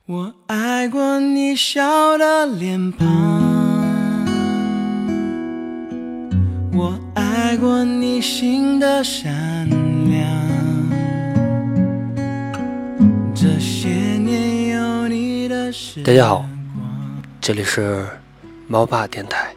我爱过你笑的脸庞，我爱过你心的善良，这些年有你的时光。 大家好，这里是猫爸电台。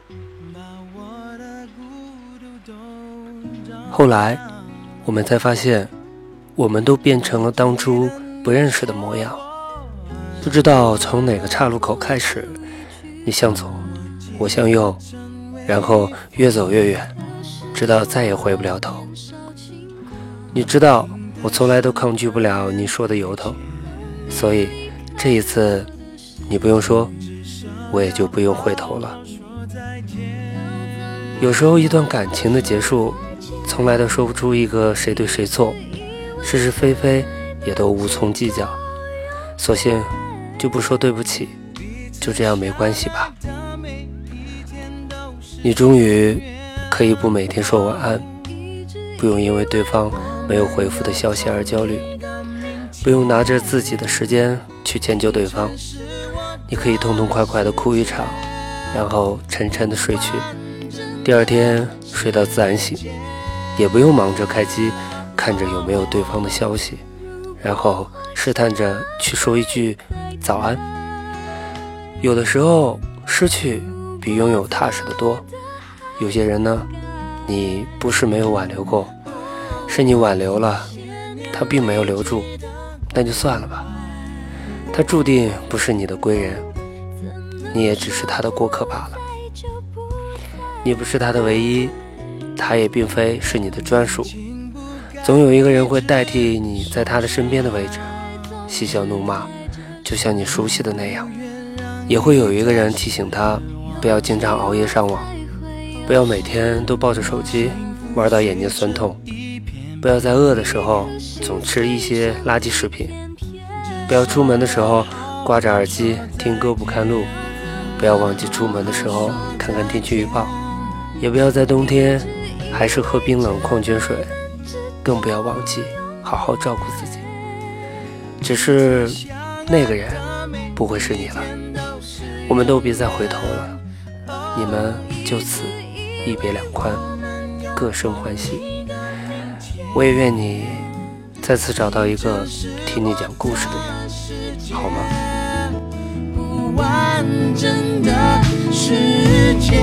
后来我们才发现，我们都变成了当初不认识的模样。不知道从哪个岔路口开始，你向左，我向右，然后越走越远，直到再也回不了头。你知道我从来都抗拒不了你说的由头，所以这一次你不用说，我也就不用回头了。有时候一段感情的结束，从来都说不出一个谁对谁错，是是非非也都无从计较，索性就不说对不起，就这样没关系吧。你终于可以不每天说晚安，不用因为对方没有回复的消息而焦虑，不用拿着自己的时间去迁就对方，你可以痛痛快快地哭一场，然后沉沉地睡去，第二天睡到自然醒，也不用忙着开机看着有没有对方的消息，然后试探着去说一句早安。有的时候失去比拥有踏实得多。有些人呢，你不是没有挽留过，是你挽留了，他并没有留住，那就算了吧。他注定不是你的归人，你也只是他的过客罢了。你不是他的唯一，他也并非是你的专属。总有一个人会代替你在他的身边的位置，嬉笑怒骂，就像你熟悉的那样。也会有一个人提醒他，不要经常熬夜上网，不要每天都抱着手机玩到眼睛酸痛，不要在饿的时候总吃一些垃圾食品，不要出门的时候挂着耳机听歌不看路，不要忘记出门的时候看看天气预报，也不要在冬天还是喝冰冷矿泉水，更不要忘记好好照顾自己。只是那个人不会是你了，我们都别再回头了，你们就此一别两宽，各生欢喜。我也愿你再次找到一个听你讲故事的人，好吗？ 不完整的世界，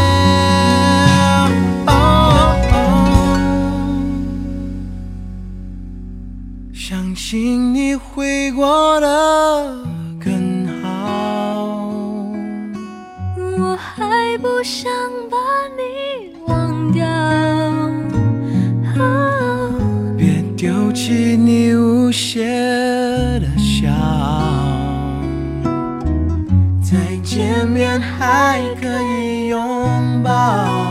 相信你会过得更好。 我还不想把你忘掉， 别丢弃你无邪的笑，再见面还可以拥抱。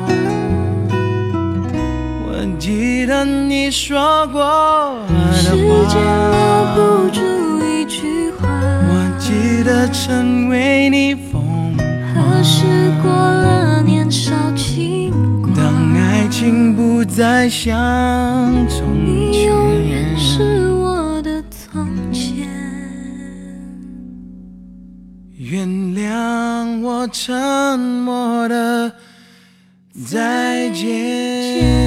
我记得你说过的时间留话， 不住一句话， 我记得成为你风何时过了年少轻狂， 当爱情不再像从你永远前， 是我的从前。 原谅我沉默的再见。